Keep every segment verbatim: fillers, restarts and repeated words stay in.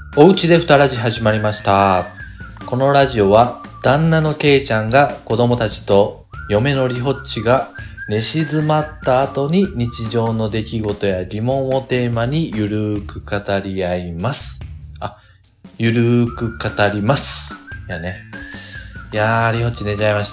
おうちで二ラジ始まりました。このラジオは旦那のけいちゃんが子供たちと嫁のりほっちが寝静まった後に日常の出来事や疑問をテーマにゆるーく語り合います。あ、ゆるーく語ります。いやね。いやー、りほっち寝ちゃいました。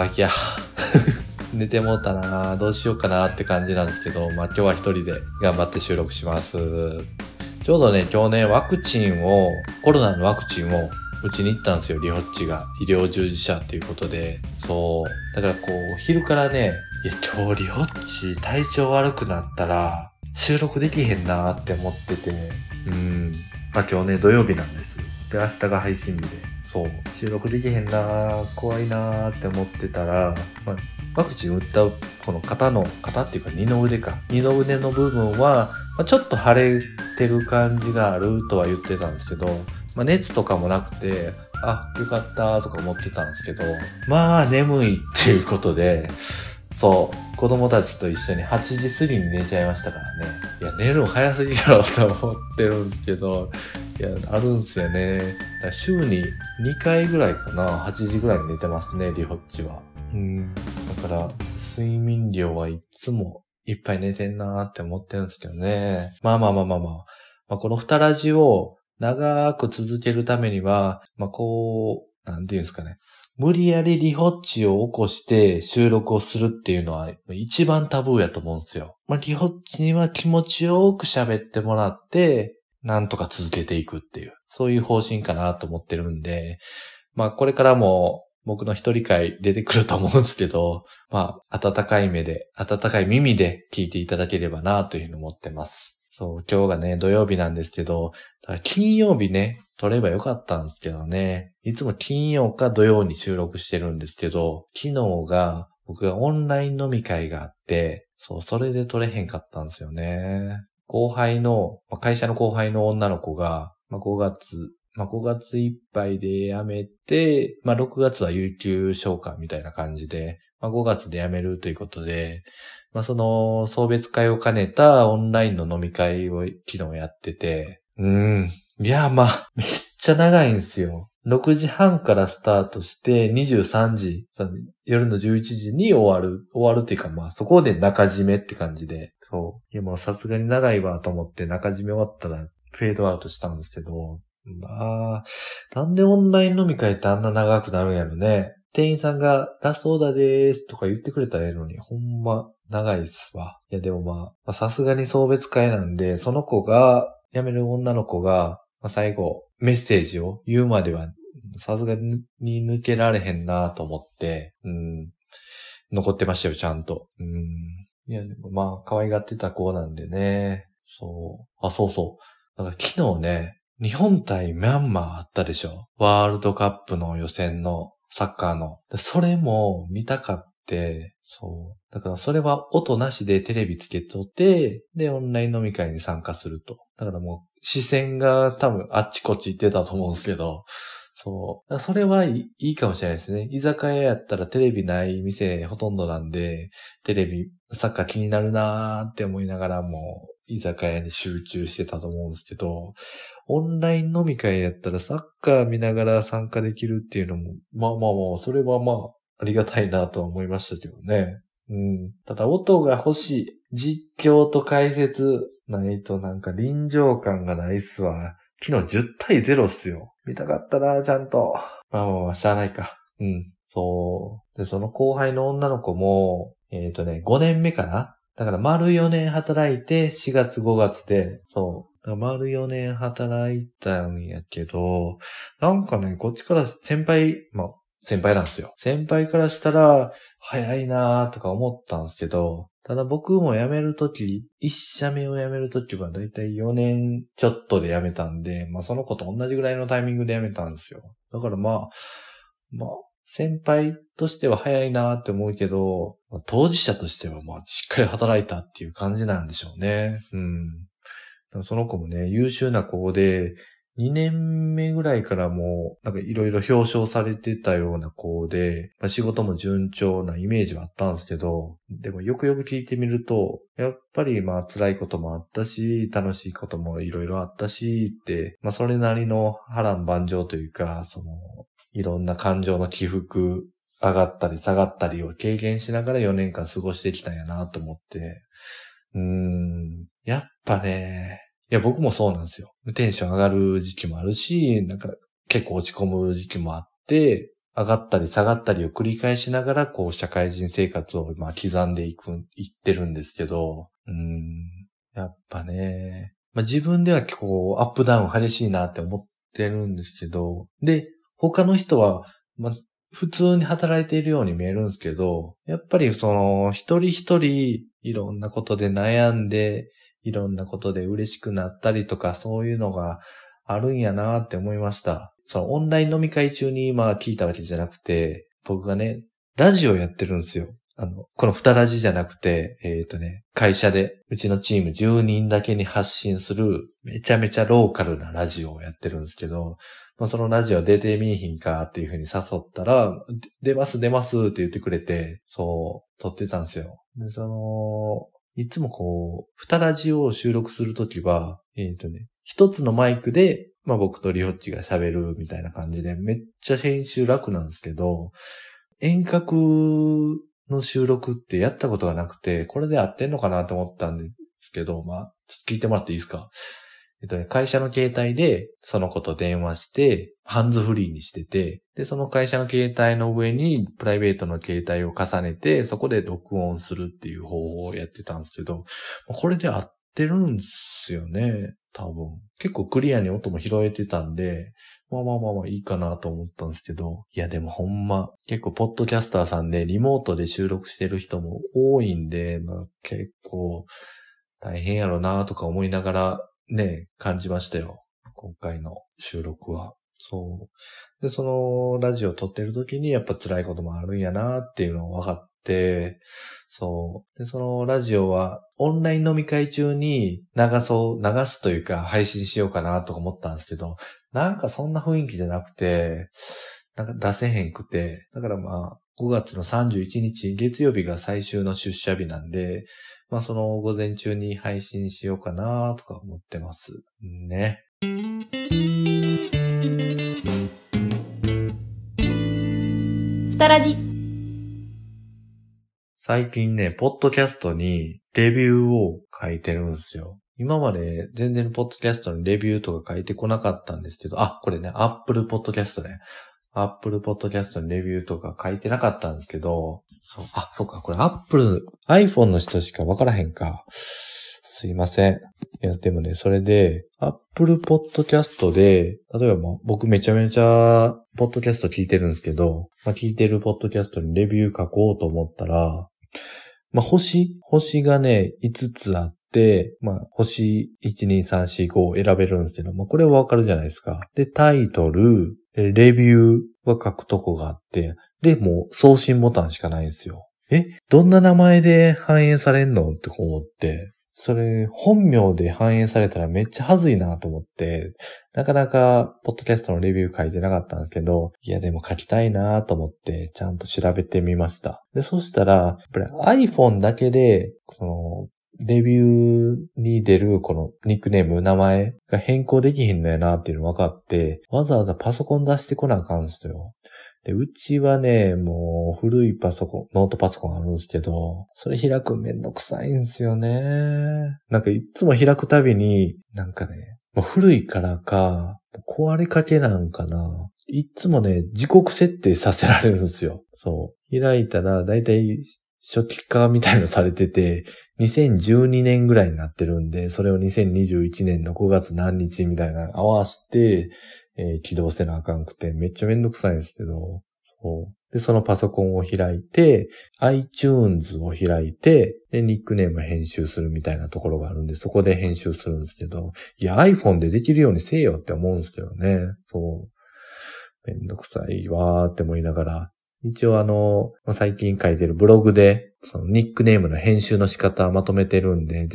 いや、寝てもうたな。どうしようかなって感じなんですけど、まあ今日は一人で頑張って収録します。ちょうどね、今日ね、ワクチンを、コロナのワクチンを打ちに行ったんですよ、リホッチが。医療従事者っていうことで。そう。だからこう、昼からね、いや、今日リホッチ体調悪くなったら、収録できへんなーって思ってて。うん。まあ今日ね、土曜日なんです。で、明日が配信日で。そう。収録できへんなー、怖いなーって思ってたら、まあ、ワクチン打ったこの肩の、肩っていうか二の腕か。二の腕の部分は、まあ、ちょっと腫れてる感じがあるとは言ってたんですけど、まあ、熱とかもなくて、あ、よかったとか思ってたんですけど、まあ眠いっていうことで、そう、子供たちと一緒にはちじ過ぎに寝ちゃいましたからね。いや、寝るの早すぎだろうと思ってるんですけど、いや、あるんすよね。だから週ににかいぐらいかな、はちじぐらいに寝てますね、リホッチは。うん。だから、睡眠量はいつもいっぱい寝てんなーって思ってるんですけどね。まあまあまあまあまあ。まあ、この二ラジを長く続けるためには、まあこう、なんていうんですかね。無理やりリホッチを起こして収録をするっていうのは一番タブーやと思うんですよ。まあリホッチには気持ちよく喋ってもらって、なんとか続けていくっていう、そういう方針かなと思ってるんで、まあこれからも僕の一人会出てくると思うんですけど、まあ温かい目で、温かい耳で聞いていただければなというふうに思ってます。そう、今日がね、土曜日なんですけど、金曜日ね、撮ればよかったんですけどね、いつも金曜か土曜に収録してるんですけど、昨日が僕がオンライン飲み会があって、そう、それで撮れへんかったんですよね。後輩の、会社の後輩の女の子が、まあ、ごがつ、まあ、ごがついっぱいで辞めて、まあ、ろくがつは有給消化みたいな感じで、まあ、ごがつで辞めるということで、まあ、その、送別会を兼ねたオンラインの飲み会を昨日やってて、うーん。いや、まあ、めっちゃ長いんですよ。ろくじはんからスタートしてにじゅうさんじ、夜のじゅういちじに終わる。終わるっていうか、まあ、そこで中締めって感じで。そう。いや、もうさすがに長いわと思って中締め終わったらフェードアウトしたんですけど、まあ、なんでオンライン飲み会ってあんな長くなるんやろね。店員さんがラストオーダーでーすとか言ってくれたらええのに、ほんま長いっすわ。いやでもまあ、さすがに送別会なんで、その子が、辞める女の子が、まあ、最後メッセージを言うまでは、さすがに抜けられへんなと思って、うん、残ってましたよ、ちゃんと。うん、いやでもまあ、可愛がってた子なんでね。そう。あ、そうそう。だから昨日ね、日本対ミャンマーあったでしょ。ワールドカップの予選のサッカーの。それも見たかって、そう。だからそれは音なしでテレビつけとって、で、オンライン飲み会に参加すると。だからもう視線が多分あっちこっち行ってたと思うんですけど、そう。それはいい、いいかもしれないですね。居酒屋やったらテレビない店ほとんどなんで、テレビ、サッカー気になるなーって思いながらも、居酒屋に集中してたと思うんですけど、オンライン飲み会やったらサッカー見ながら参加できるっていうのも、まあまあまあ、それはまあ、ありがたいなとは思いましたけどね。うん。ただ音が欲しい。実況と解説ないとなんか臨場感がないっすわ。昨日じゅうたいゼロっすよ。見たかったな、ちゃんと。まあまあまあ、しゃあないか。うん。そう。で、その後輩の女の子も、えっとね、ごねんめかな？だから丸よねん働いてしがつごがつで、そう。丸よねん働いたんやけど、なんかね、こっちから先輩、まあ、先輩なんですよ。先輩からしたら、早いなーとか思ったんですけど、ただ僕も辞めるとき、一社目を辞めるときはだいたいよねんちょっとで辞めたんで、まあその子と同じぐらいのタイミングで辞めたんですよ。だからまあ、まあ、先輩としては早いなーって思うけど、まあ、当事者としてはまあしっかり働いたっていう感じなんでしょうね。うん。その子もね、優秀な子で、 にねんめぐらいからもう、なんかいろいろ表彰されてたような子で、まあ、仕事も順調なイメージはあったんですけど、でもよくよく聞いてみると、やっぱりまあ辛いこともあったし、楽しいこともいろいろあったしって、まあそれなりの波乱万丈というか、その、いろんな感情の起伏、上がったり下がったりを経験しながらよねんかん過ごしてきたんやなと思って、うーん、やっぱね、いや僕もそうなんですよ。テンション上がる時期もあるし、なんか結構落ち込む時期もあって、上がったり下がったりを繰り返しながら、こう社会人生活をまあ刻んでいく、いってるんですけど、うーん、やっぱね、まあ自分ではこうアップダウン激しいなって思ってるんですけど、で、他の人は、まあ普通に働いているように見えるんですけど、やっぱりその一人一人いろんなことで悩んで、いろんなことで嬉しくなったりとか、そういうのがあるんやなって思いました。そのオンライン飲み会中にまあ聞いたわけじゃなくて、僕がね、ラジオやってるんですよ。あの、この二ラジじゃなくて、えっとね、会社で、うちのチームじゅうにんだけに発信する、めちゃめちゃローカルなラジオをやってるんですけど、まあ、そのラジオ出てみいひんかっていう風に誘ったら、出ます出ますって言ってくれて、そう、撮ってたんですよ。で、その、いつもこう、二ラジを収録するときは、えっとね、一つのマイクで、まあ僕とリホッチが喋るみたいな感じで、めっちゃ編集楽なんですけど、遠隔の収録ってやったことがなくて、これで合ってんのかなと思ったんですけど、まあ、ちょっと聞いてもらっていいですか？えっとね、会社の携帯でその子と電話して、ハンズフリーにしてて、で、その会社の携帯の上にプライベートの携帯を重ねて、そこで録音するっていう方法をやってたんですけど、これで合ってるんですよね、多分。結構クリアに音も拾えてたんで、まあまあまあまあいいかなと思ったんですけど、いやでもほんま、結構ポッドキャスターさんでリモートで収録してる人も多いんで、まあ結構大変やろなとか思いながら、ね、感じましたよ。今回の収録は。そう。で、そのラジオを撮ってる時にやっぱ辛いこともあるんやなっていうのが分かって、そう。で、そのラジオはオンライン飲み会中に流そう、流すというか配信しようかなとか思ったんですけど、なんかそんな雰囲気じゃなくて、なんか出せへんくて、だからまあ、ごがつのさんじゅういちにち、月曜日が最終の出社日なんで、まあその午前中に配信しようかなとか思ってますね。 ふたらじ。 最近ね、ポッドキャストにレビューを書いてるんですよ。今まで全然ポッドキャストにレビューとか書いてこなかったんですけど、あ、これね、Apple Podcast ね。Apple Podcast にレビューとか書いてなかったんですけど、そう、あ、そうか、これ Apple、iPhone の人しかわからへんか。すいません。いや、でもね、それで、Apple Podcast で、例えばもう僕めちゃめちゃ、ポッドキャスト聞いてるんですけど、まあ、聞いてるポッドキャストにレビュー書こうと思ったら、まあ、星星がね、いつつあって、まあ、星いち、に、さん、よん、ごを選べるんですけど、まあ、これはわかるじゃないですか。で、タイトル、レビューは書くとこがあって、で、もう送信ボタンしかないんですよ。え、どんな名前で反映されんのって思って、それ、本名で反映されたらめっちゃ恥ずいなと思って、なかなか、ポッドキャストのレビュー書いてなかったんですけど、いやでも書きたいなと思って、ちゃんと調べてみました。で、そしたら、やっぱり iPhone だけで、この、レビューに出るこのニックネーム、名前が変更できひんのやなっていうの分かって、わざわざパソコン出してこなあかんすよ。で、うちはね、もう古いパソコン、ノートパソコンあるんですけど、それ開くめんどくさいんすよね。なんかいつも開くたびに、なんかね、もう古いからか、壊れかけなんかな。いつもね、時刻設定させられるんですよ。そう。開いたら、だいたい初期化みたいのされてて、にせんじゅうにねんぐらいになってるんで、それをにせんにじゅういちねんのごがつ何日みたいな合わせて、えー、起動せなあかんくて、めっちゃめんどくさいんですけど、そうで、そのパソコンを開いて、iTunes を開いて、で、ニックネーム編集するみたいなところがあるんで、そこで編集するんですけど、いや、iPhone でできるようにせえよって思うんですけどね。そう。めんどくさいわーって思いながら、一応あの、最近書いてるブログで、そのニックネームの編集の仕方まとめてるんで、で、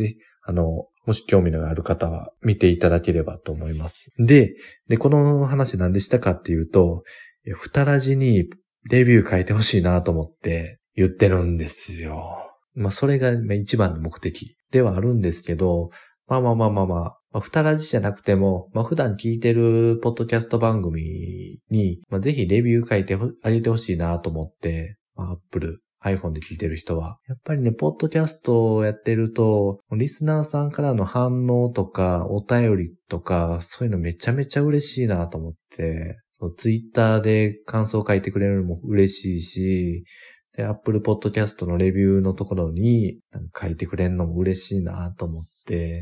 あの、もし興味のある方は見ていただければと思います。で、で、この話何でしたかっていうと、ふたらじにレビュー書いてほしいなと思って言ってるんですよ。まあ、それが一番の目的ではあるんですけど、まあまあまあまあまあ、まあ、ふたらじじゃなくても、まあ普段聞いてるポッドキャスト番組に、まあ、ぜひレビュー書いてあげてほしいなと思って、まあ、Apple、iPhone で聞いてる人は。やっぱりね、ポッドキャストをやってると、リスナーさんからの反応とか、お便りとか、そういうのめちゃめちゃ嬉しいなと思って、ツイッターで感想書いてくれるのも嬉しいし、で、Apple Podcast のレビューのところになんか書いてくれるのも嬉しいなと思って、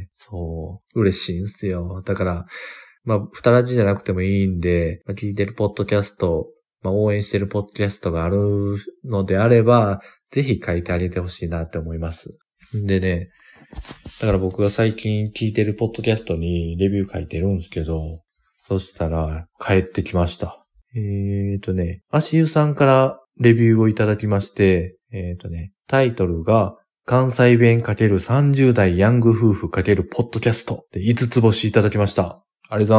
そう、嬉しいんすよ。だから、まあ、ふたらじじゃなくてもいいんで、まあ、聞いてるポッドキャスト、まあ、応援してるポッドキャストがあるのであれば、ぜひ書いてあげてほしいなって思います。でね、だから僕が最近聞いてるポッドキャストにレビュー書いてるんですけど、そしたら帰ってきました。えーとね、足湯さんからレビューをいただきまして、えーとね、タイトルが関西弁×さんじゅう代ヤング夫婦×ポッドキャストでいつつ星いただきました。ありがとうございます。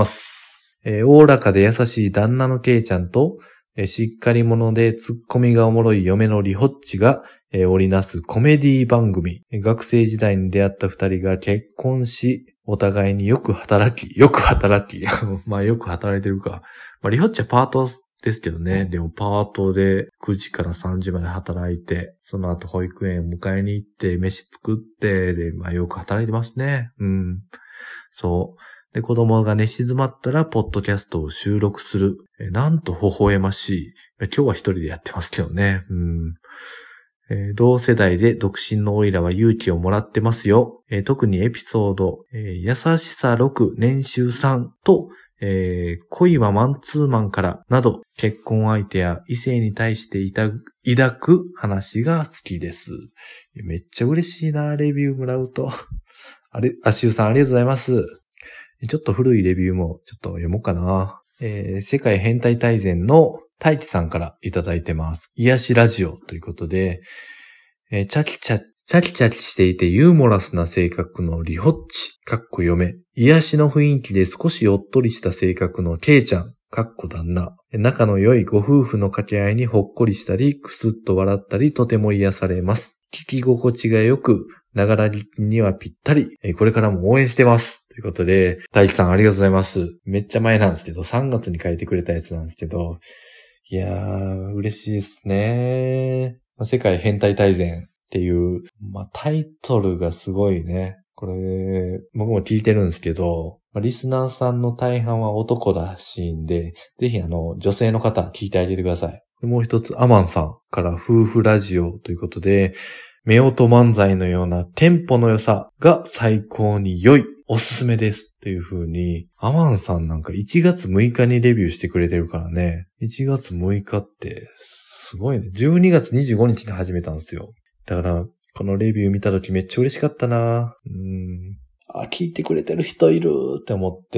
えー、おおらかで優しい旦那のケイちゃんと、えー、しっかり者でツッコミがおもろい嫁のリホッチが、えー、織りなすコメディ番組。学生時代に出会った二人が結婚し、お互いによく働き、よく働き。まあよく働いてるか。まあリホッチはパートですけどね。でもパートでくじからさんじまで働いて、その後保育園迎えに行って、飯作って、で、まあよく働いてますね。うん。そう。で、子供が寝静まったら、ポッドキャストを収録する。えなんと微笑ましい。今日は一人でやってますけどね。うん。えー、同世代で独身のオイラは勇気をもらってますよ。えー、特にエピソード、えー、優しさろく、年収さんと、えー、恋はマンツーマンからなど、結婚相手や異性に対して抱く話が好きです。めっちゃ嬉しいな、レビューもらうと。あれ、あしゅうさんありがとうございます。ちょっと古いレビューもちょっと読もうかな。えー、世界変態大全の大地さんからいただいてます。癒しラジオということで、えー、チャキチャ、チャキチャキしていてユーモラスな性格のリホッチ、かっこ嫁。癒しの雰囲気で少しおっとりした性格のケイちゃん、かっこ旦那。仲の良いご夫婦の掛け合いにほっこりしたり、くすっと笑ったり、とても癒されます。聞き心地が良く、ながら聞きにはぴったり、これからも応援してます。ということで、大地さんありがとうございます。めっちゃ前なんですけど、さんがつに書いてくれたやつなんですけど、いやー、嬉しいですね。世界変態大全っていう、まあ、タイトルがすごいね。これ、僕も聞いてるんですけど、リスナーさんの大半は男らしいんで、ぜひあの、女性の方聞いてあげてください。もう一つ、アマンさんから夫婦ラジオということで、夫婦漫才のようなテンポの良さが最高に良い。おすすめです。っていう風に、アマンさんなんかいちがつむいかにレビューしてくれてるからね。いちがつむいかって、すごいね。じゅうにがつにじゅうごにちに始めたんですよ。だから、このレビュー見たときめっちゃ嬉しかったな。うーん。あ、聞いてくれてる人いるって思って、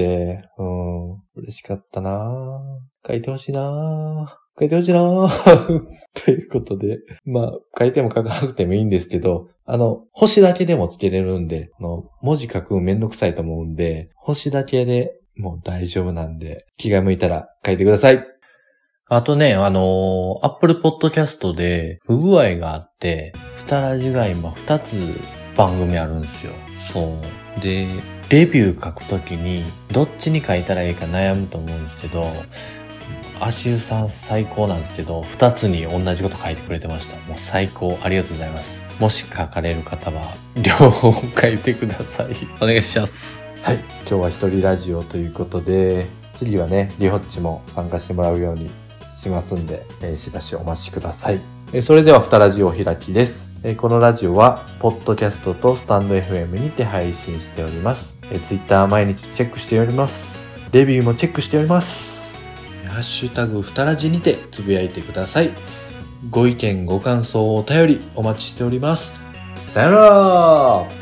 うん。嬉しかったな。書いてほしいな。書いてほしいなぁ。ということで。まあ、書いても書かなくてもいいんですけど、あの、星だけでもつけれるんで、あの、文字書くのめんどくさいと思うんで、星だけでもう大丈夫なんで、気が向いたら書いてください。あとね、あのー、Apple Podcast で不具合があって、ふたらじが今ふたつ番組あるんですよ。そう。で、レビュー書くときに、どっちに書いたらいいか悩むと思うんですけど、足湯さん最高なんですけど、二つに同じこと書いてくれてました。もう最高。ありがとうございます。もし書かれる方は、両方書いてください。お願いします。はい。今日は一人ラジオということで、次はね、リホッチも参加してもらうようにしますんで、えー、しばしお待ちください。えー、それでは二ラジオ開きです。えー、このラジオは、ポッドキャストとスタンド エフエム にて配信しております。えー、ツイッター毎日チェックしております。レビューもチェックしております。ハッシュタグふたらじにてつぶやいてください。ご意見ご感想お便りお待ちしております。さよなら。